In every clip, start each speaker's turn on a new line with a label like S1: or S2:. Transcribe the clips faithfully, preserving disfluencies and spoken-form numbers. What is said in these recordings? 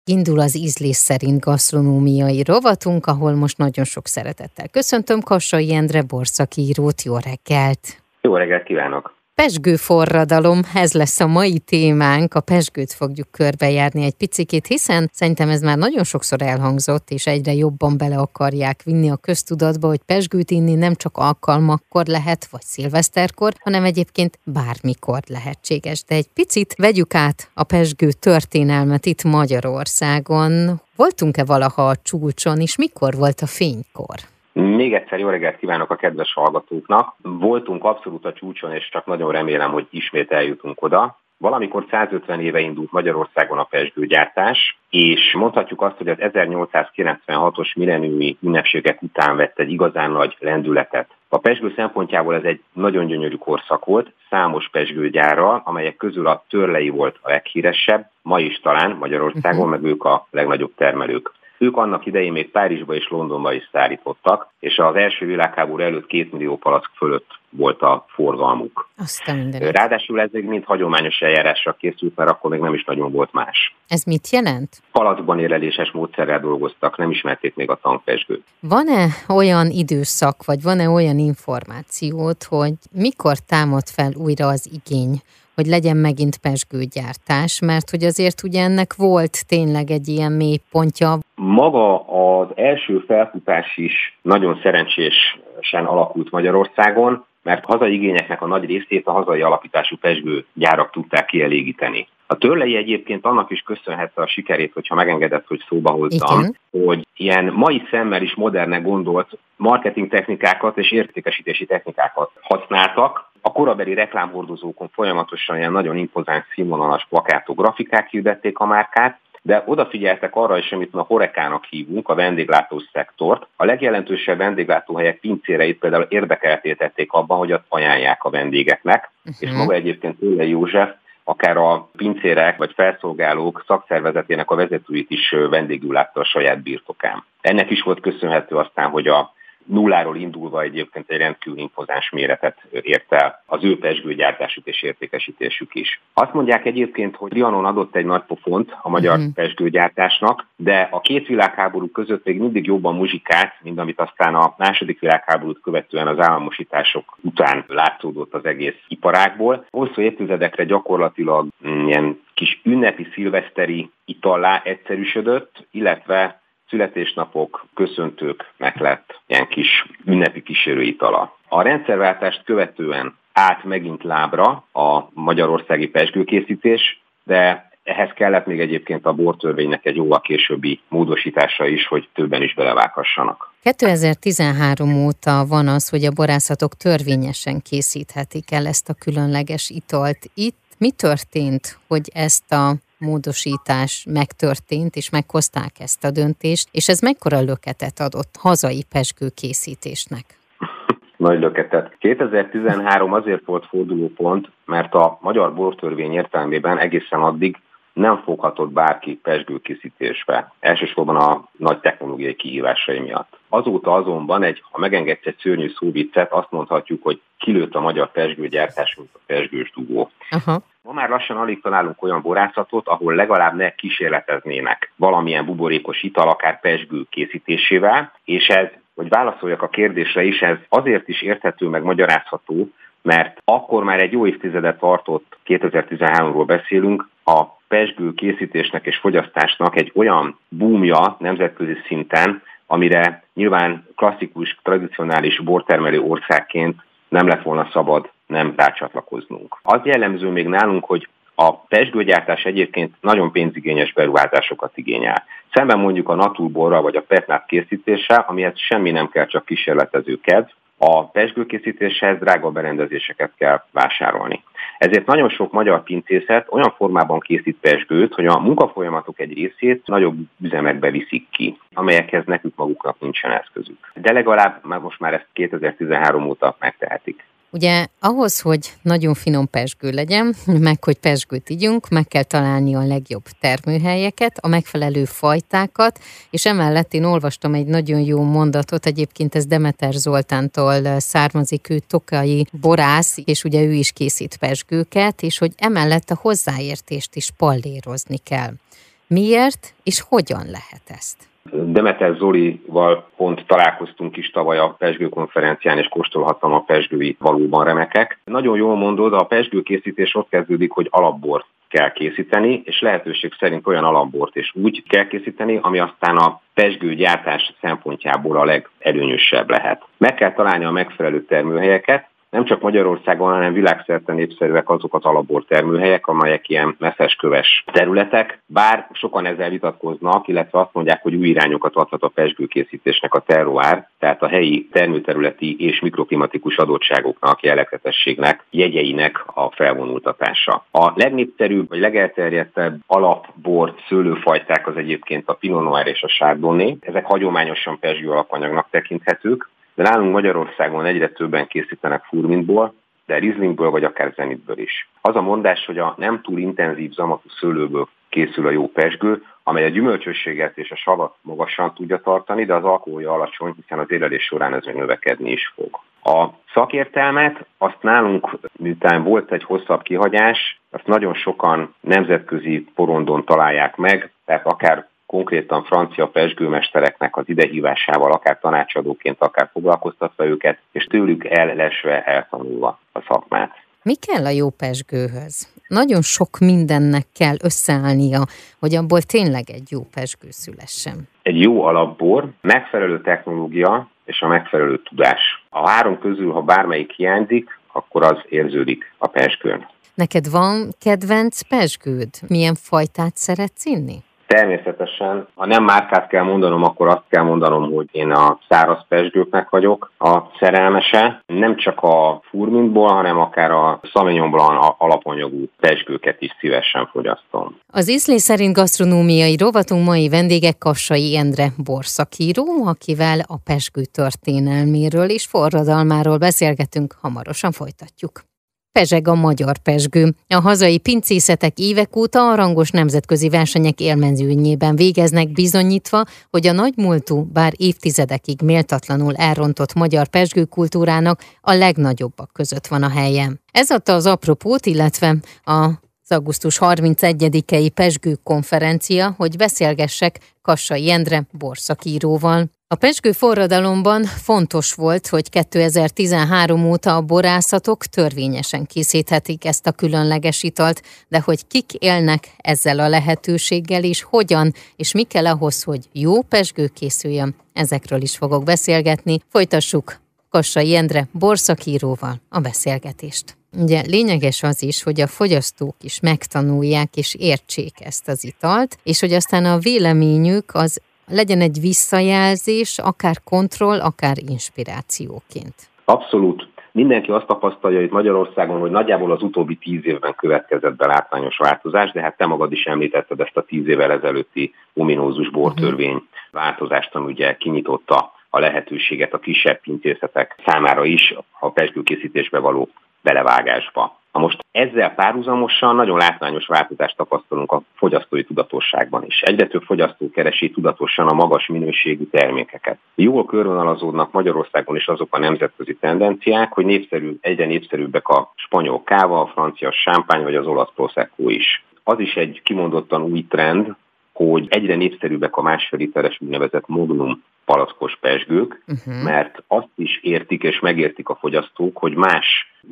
S1: Indul az ízlés szerint gasztronómiai rovatunk, ahol most nagyon sok szeretettel köszöntöm Kassai Endre borszakírót. Jó reggelt!
S2: Jó reggelt kívánok!
S1: Pezsgőforradalom, ez lesz a mai témánk, a pezsgőt fogjuk körbejárni egy picikét, hiszen szerintem ez már nagyon sokszor elhangzott, és egyre jobban bele akarják vinni a köztudatba, hogy pezsgőt inni nem csak alkalmakkor lehet, vagy szilveszterkor, hanem egyébként bármikor lehetséges. De egy picit vegyük át a pezsgő történelmet itt Magyarországon. Voltunk-e valaha a csúcson, és mikor volt a fénykor?
S2: Még egyszer jó reggelt kívánok a kedves hallgatóknak. Voltunk abszolút a csúcson, és csak nagyon remélem, hogy ismét eljutunk oda. Valamikor százötven éve indult Magyarországon a pezsgőgyártás, és mondhatjuk azt, hogy az ezernyolcszázkilencvenhatos milleniumi ünnepségek után vett egy igazán nagy lendületet. A pezsgő szempontjából ez egy nagyon gyönyörű korszak volt, számos pezsgőgyárral, amelyek közül a Törlei volt a leghíresebb, ma is talán Magyarországon, meg ők a legnagyobb termelők. Ők annak idején még Párizsba és Londonba is szállítottak, és az első világháború előtt két millió palack fölött volt a forgalmuk. Ráadásul ez még mind hagyományos eljárásra készült, mert akkor még nem is nagyon volt más.
S1: Ez mit jelent?
S2: Palackban éreléses módszerrel dolgoztak, nem ismerték még a tankpezsgőt.
S1: Van-e olyan időszak, vagy van-e olyan információt, hogy mikor támad fel újra az igény, hogy legyen megint pezsgőgyártás, mert hogy azért ugye ennek volt tényleg egy ilyen mélypontja.
S2: Maga az első felfutás is nagyon szerencsésen alakult Magyarországon, mert hazai igényeknek a nagy részét a hazai alapítású pezsgőgyárak tudták kielégíteni. A Törlei egyébként annak is köszönhette a sikerét, hogyha megengedett, hogy szóba hozzam,
S1: Igen.
S2: hogy ilyen mai szemmel is moderne gondolt marketing technikákat és értékesítési technikákat használtak. A korabeli reklámhordozókon folyamatosan ilyen nagyon impozáns színvonalas plakátok, grafikák hirdették a márkát, de odafigyeltek arra is, amit a horekának hívunk, a vendéglátós szektort. A legjelentősebb vendéglátóhelyek pincéreit például érdekeltétették abban, hogy azt ajánlják a vendégeknek, uh-huh. és maga egyébként Törlei József akár a pincérek vagy felszolgálók szakszervezetének a vezetőit is vendégül látta a saját birtokán. Ennek is volt köszönhető aztán, hogy a nulláról indulva egyébként egy rendkívül impozáns méretet ért el az ő pezsgőgyártásuk és értékesítésük is. Azt mondják egyébként, hogy Trianon adott egy nagy pofont a magyar uh-huh. pezsgőgyártásnak, de a két világháború között még mindig jobban muzsikált, mint amit aztán a második világháborút követően az államosítások után látszódott az egész iparágból. Hosszú évtizedekre gyakorlatilag mm, ilyen kis ünnepi szilveszteri itallá egyszerűsödött, illetve születésnapok, köszöntőknek lett ilyen kis ünnepi kísérőitala. A rendszerváltást követően állt megint lábra a magyarországi pezsgőkészítés, de ehhez kellett még egyébként a bortörvénynek egy jóval későbbi módosítása is, hogy többen is belevághassanak.
S1: kétezer-tizenhárom óta van az, hogy a borászatok törvényesen készíthetik el ezt a különleges italt. Itt mi történt, hogy ezt a módosítás megtörtént, és meghozták ezt a döntést, és ez mekkora löketet adott hazai pezsgőkészítésnek?
S2: Nagy löketet. kétezer-tizenhárom azért volt fordulópont, mert a magyar bortörvény értelmében egészen addig nem foghatott bárki pezsgőkészítésbe, elsősorban a nagy technológiai kihívásai miatt. Azóta azonban egy, ha megengedsz egy szörnyű szóviccet, azt mondhatjuk, hogy kilőtt a magyar pezsgőgyártás, mint a pezsgős dugó.
S1: Aha.
S2: Ma már lassan alig találunk olyan borászatot, ahol legalább ne kísérleteznének valamilyen buborékos ital, akár pezsgő készítésével, és ez, hogy válaszoljak a kérdésre is, ez azért is érthető meg magyarázható, mert akkor már egy jó évtizedet tartott, kétezer-tizenháromról beszélünk, a pezsgő készítésnek és fogyasztásnak egy olyan boomja nemzetközi szinten, amire nyilván klasszikus, tradicionális bortermelő országként nem lett volna szabad nem rácsatlakoznunk. Az jellemző még nálunk, hogy a pezsgőgyártás egyébként nagyon pénzigényes beruházásokat igényel. Szemben mondjuk a naturborral vagy a petnát készítéssel, amihez semmi nem kell, csak kísérletező kedv, a pezsgőkészítéshez drága berendezéseket kell vásárolni. Ezért nagyon sok magyar pincészet olyan formában készít pezsgőt, hogy a munkafolyamatok egy részét nagyobb üzemekbe viszik ki, amelyekhez nekük maguknak nincsen eszközük. De legalább már most már ezt kétezer-tizenhárom óta megtehetik.
S1: Ugye ahhoz, hogy nagyon finom pezsgő legyen, meg hogy pezsgőt igyunk, meg kell találni a legjobb termőhelyeket, a megfelelő fajtákat, és emellett én olvastam egy nagyon jó mondatot, egyébként ez Demeter Zoltántól származik, ő tokai borász, és ugye ő is készít pezsgőket, és hogy emellett a hozzáértést is pallérozni kell. Miért és hogyan lehet ezt?
S2: Demeter Zolival pont találkoztunk is tavaly a Pezsgő konferencián, és kóstolhattam a pezsgői, valóban remekek. Nagyon jól mondod, a pezsgőkészítés ott kezdődik, hogy alapbort kell készíteni, és lehetőség szerint olyan alapbort is úgy kell készíteni, ami aztán a pezsgő gyártás szempontjából a legelőnyösebb lehet. Meg kell találni a megfelelő termőhelyeket. Nem csak Magyarországon, hanem világszerte népszerűek azok az alapbor termőhelyek, amelyek ilyen messzesköves területek, bár sokan ezzel vitatkoznak, illetve azt mondják, hogy új irányokat adhat a pezsgőkészítésnek a terroár, tehát a helyi termőterületi és mikroklimatikus adottságoknak, jellegzetességnek, jegyeinek a felvonultatása. A legnépszerűbb vagy legelterjedtebb alapbor szőlőfajták az egyébként a Pinot Noir és a Chardonnay. Ezek hagyományosan pezsgő alapanyagnak tekinthetők, de nálunk Magyarországon egyre többen készítenek furmintból, de Rieslingből vagy akár zenitből is. Az a mondás, hogy a nem túl intenzív zamatú szőlőből készül a jó pezsgő, amely a gyümölcsösséget és a savat magasan tudja tartani, de az alkoholja alacsony, hiszen az élelés során ez növekedni is fog. A szakértelmet azt nálunk, miután volt egy hosszabb kihagyás, azt nagyon sokan nemzetközi porondon találják meg, tehát akár konkrétan francia pezsgőmestereknek az idehívásával, akár tanácsadóként, akár foglalkoztatva őket, és tőlük ellesve, eltanulva a szakmát.
S1: Mi kell a jó pezsgőhöz? Nagyon sok mindennek kell összeállnia, hogy abból tényleg egy jó pezsgő szülessen.
S2: Egy jó alapbor, megfelelő technológia és a megfelelő tudás. A három közül, ha bármelyik hiányzik, akkor az érződik a pezsgőn.
S1: Neked van kedvenc pezsgőd? Milyen fajtát szeretsz inni?
S2: Természetesen, ha nem márkát kell mondanom, akkor azt kell mondanom, hogy én a száraz pezsgőknek vagyok a szerelmese. Nem csak a furmintból, hanem akár a Sauvignon Blanc alapanyagú pezsgőket is szívesen fogyasztom.
S1: Az ízlés szerint gasztronómiai rovatunk mai vendége Kassai Endre borszakíró, akivel a pezsgő történelméről és forradalmáról beszélgetünk, hamarosan folytatjuk. Pezseg a magyar pezsgő. A hazai pincészetek évek óta a rangos nemzetközi versenyek élmezőnyében végeznek, bizonyítva, hogy a nagymúltú, bár évtizedekig méltatlanul elrontott magyar pezsgőkultúrának a legnagyobbak között van a helye. Ez adta az apropót, illetve a az augusztus harmincegyedikei Pezsgő konferencia, hogy beszélgessek Kassai Endre borszakíróval. A pezsgő forradalomban fontos volt, hogy kétezer-tizenhárom óta a borászatok törvényesen készíthetik ezt a különleges italt, de hogy kik élnek ezzel a lehetőséggel, és hogyan, és mi kell ahhoz, hogy jó pezsgő készüljön, ezekről is fogok beszélgetni. Folytassuk Kassai Endre borszakíróval a beszélgetést. Ugye lényeges az is, hogy a fogyasztók is megtanulják és értsék ezt az italt, és hogy aztán a véleményük az legyen egy visszajelzés, akár kontroll, akár inspirációként.
S2: Abszolút. Mindenki azt tapasztalja itt Magyarországon, hogy nagyjából az utóbbi tíz évben következett be látványos változás, de hát te magad is említetted ezt a tíz évvel ezelőtti ominózus bortörvény uh-huh. változást, ami ugye kinyitotta a lehetőséget a kisebb pincészetek számára is a pezsgőkészítésbe való belevágásba. Na most ezzel párhuzamosan nagyon látványos változást tapasztalunk a fogyasztói tudatosságban is. Egyre több fogyasztó keresi tudatosan a magas minőségű termékeket. Jól körvonalazódnak Magyarországon is azok a nemzetközi tendenciák, hogy népszerű, egyre népszerűbbek a spanyol káva, a francia sámpány vagy az olasz prosecco is. Az is egy kimondottan új trend, hogy egyre népszerűbbek a másfél literes úgynevezett modulum palackos pezsgők, uh-huh. mert azt is értik és megértik a fogyasztók, hogy más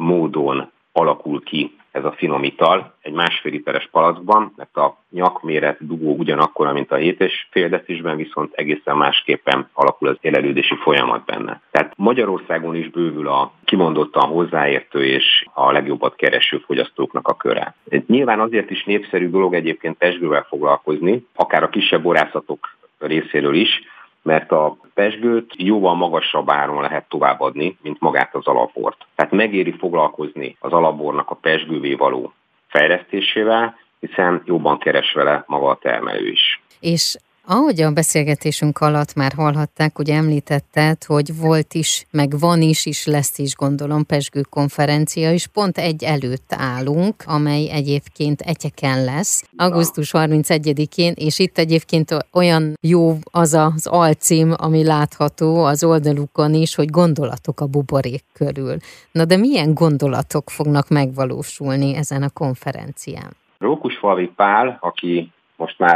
S2: módon alakul ki ez a finom ital egy másfél literes palackban, mert a nyakméret dugó ugyanakkora, mint a hét és fél decisben, viszont egészen másképpen alakul az élelődési folyamat benne. Tehát Magyarországon is bővül a kimondottan hozzáértő és a legjobbat kereső fogyasztóknak a köre. Nyilván azért is népszerű dolog egyébként pezsgővel foglalkozni, akár a kisebb borászatok részéről is, mert a pezsgőt jóval magasabb áron lehet továbbadni, mint magát az alapbort. Tehát megéri foglalkozni az alapbornak a pezsgővé való fejlesztésével, hiszen jobban keres vele maga a termelő is.
S1: És ahogy a beszélgetésünk alatt már hallhatták, ugye említetted, hogy volt is, meg van is, és lesz is, gondolom, pezsgő konferencia, és pont egy előtt állunk, amely egyébként Etyeken lesz, augusztus harmincegyedikén, és itt egyébként olyan jó az az alcím, ami látható az oldalukon is, hogy gondolatok a buborék körül. Na de milyen gondolatok fognak megvalósulni ezen a konferencián?
S2: Rókusfalvi Pál, aki most már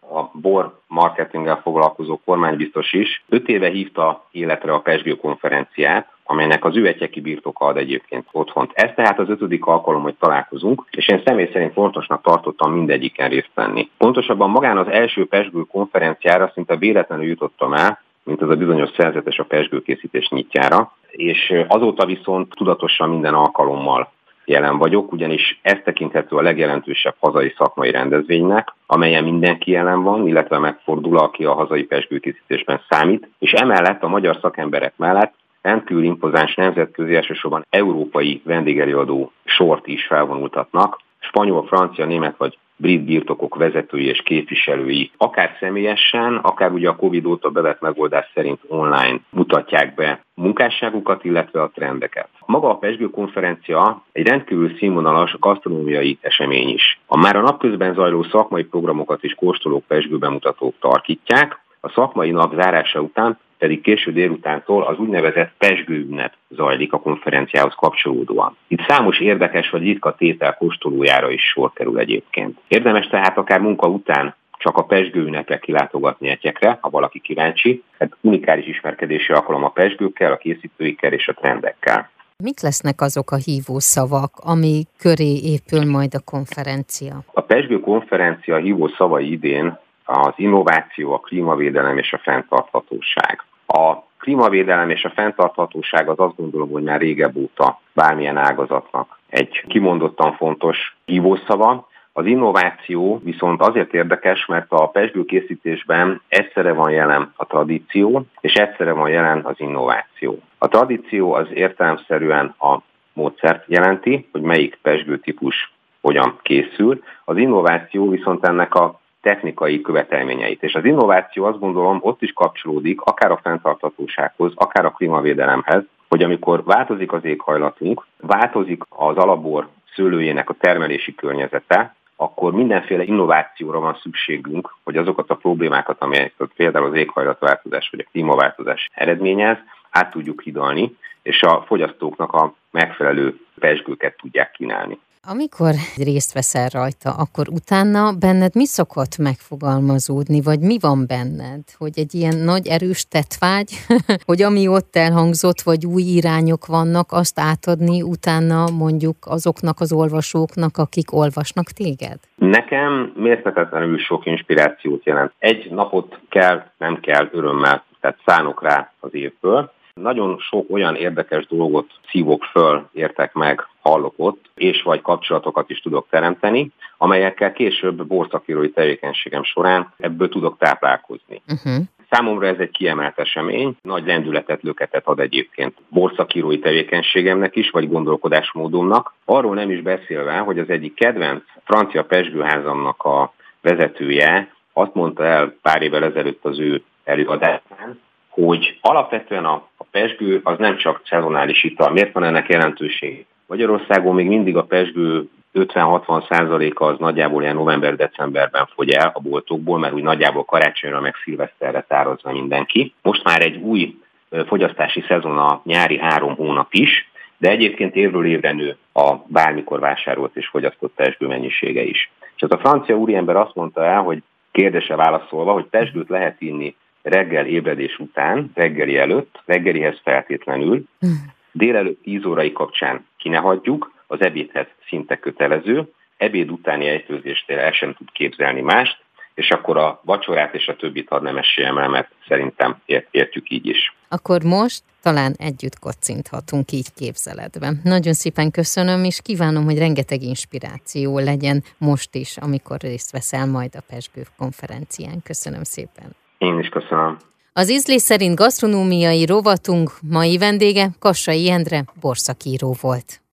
S2: a bor marketinggel foglalkozó kormánybiztos is öt éve hívta életre a Pezsgő konferenciát, amelynek az ő Etyeki birtoka ad egyébként otthont. Ez tehát az ötödik alkalom, hogy találkozunk, és én személy szerint fontosnak tartottam mindegyiken részt venni. Pontosabban magán az első Pezsgő konferenciára szinte véletlenül jutottam el, mint az a bizonyos szerzetes a pezsgőkészítés nyitjára, és azóta viszont tudatosan minden alkalommal jelen vagyok, ugyanis ez tekinthető a legjelentősebb hazai szakmai rendezvénynek, amelyen mindenki jelen van, illetve megfordul, aki a hazai pezsgőkészítésben számít, és emellett a magyar szakemberek mellett rendkívül impozáns nemzetközi, elsősorban európai vendégelőadó sort is felvonultatnak, spanyol, francia, német vagy brit birtokok vezetői és képviselői, akár személyesen, akár ugye a Covid óta bevett megoldás szerint online mutatják be munkásságukat, illetve a trendeket. Maga a Pezsgő konferencia egy rendkívül színvonalas gasztronómiai esemény is. A már a napközben zajló szakmai programokat is kóstolók, pezsgőbemutatók tarkítják, a szakmai nap zárása után pedig késő délutántól az úgynevezett Pezsgő ünnep zajlik a konferenciához kapcsolódóan. Itt számos érdekes vagy ritka tétel kóstolójára is sor kerül egyébként. Érdemes tehát akár munka után csak a Pezsgő ünnepre kilátogatni Etyekre, ha valaki kíváncsi. Hát unikális ismerkedési alkalom a pezsgőkkel, a készítőikkel és a trendekkel.
S1: Mik lesznek azok a hívószavak, ami köré épül majd a konferencia?
S2: A Pezsgő konferencia hívószavai idén az innováció, a klímavédelem és a fenntarthatóság. A klímavédelem és a fenntarthatóság az azt gondolom, hogy már régebb óta bármilyen ágazatnak egy kimondottan fontos hívószava. Az innováció viszont azért érdekes, mert a pezsgőkészítésben egyszerre van jelen a tradíció, és egyszerre van jelen az innováció. A tradíció az értelemszerűen a módszert jelenti, hogy melyik pezsgőtípus hogyan készül. Az innováció viszont ennek a technikai követelményeit. És az innováció azt gondolom ott is kapcsolódik, akár a fenntarthatósághoz, akár a klímavédelemhez, hogy amikor változik az éghajlatunk, változik az alapbor szőlőjének a termelési környezete, akkor mindenféle innovációra van szükségünk, hogy azokat a problémákat, amelyeket például az éghajlatváltozás vagy a klímaváltozás eredményez, át tudjuk hidalni, és a fogyasztóknak a megfelelő pezsgőket tudják kínálni.
S1: Amikor részt veszel rajta, akkor utána benned mi szokott megfogalmazódni, vagy mi van benned? Hogy egy ilyen nagy erős tettvágy, hogy ami ott elhangzott, vagy új irányok vannak, azt átadni utána mondjuk azoknak az olvasóknak, akik olvasnak téged?
S2: Nekem mérhetetlenül sok inspirációt jelent. Egy napot kell, nem kell örömmel, tehát szánok rá az évből. Nagyon sok olyan érdekes dolgot szívok föl, értek meg, hallok ott, és vagy kapcsolatokat is tudok teremteni, amelyekkel később borszakírói tevékenységem során ebből tudok táplálkozni. Uh-huh. Számomra ez egy kiemelt esemény, nagy lendületet, löketet ad egyébként borszakírói tevékenységemnek is, vagy gondolkodásmódomnak. Arról nem is beszélve, hogy az egyik kedvenc francia pezsgőházamnak a vezetője azt mondta el pár évvel ezelőtt az ő előadásán, hogy alapvetően a, a pezsgő az nem csak szezonális ital. Miért van ennek jelentőség? Magyarországon még mindig a pezsgő ötven-hatvan százaléka az nagyjából ilyen november-decemberben fogy el a boltokból, mert úgy nagyjából karácsonyra meg szilveszterre tározza mindenki. Most már egy új fogyasztási szezon a nyári három hónap is, de egyébként évről évre nő a bármikor vásárolt és fogyasztott pezsgő mennyisége is. És az a francia úriember azt mondta el, hogy kérdésre válaszolva, hogy pezsgőt lehet inni reggel ébredés után, reggeli előtt, reggelihez feltétlenül, délelőtt tíz órai kapcsán ki ne hagyjuk, az ebédhez szinte kötelező, ebéd utáni ejtőzéstél el sem tud képzelni mást, és akkor a vacsorát és a többit hadd nem meséljem el, mert szerintem ért, értjük így is.
S1: Akkor most talán együtt kocinthatunk így képzeletben. Nagyon szépen köszönöm, és kívánom, hogy rengeteg inspiráció legyen most is, amikor részt veszel majd a Pezsgő konferencián. Köszönöm szépen.
S2: Én is köszönöm.
S1: Az ízlés szerint gasztronómiai rovatunk mai vendége Kassai Endre borszakíró volt.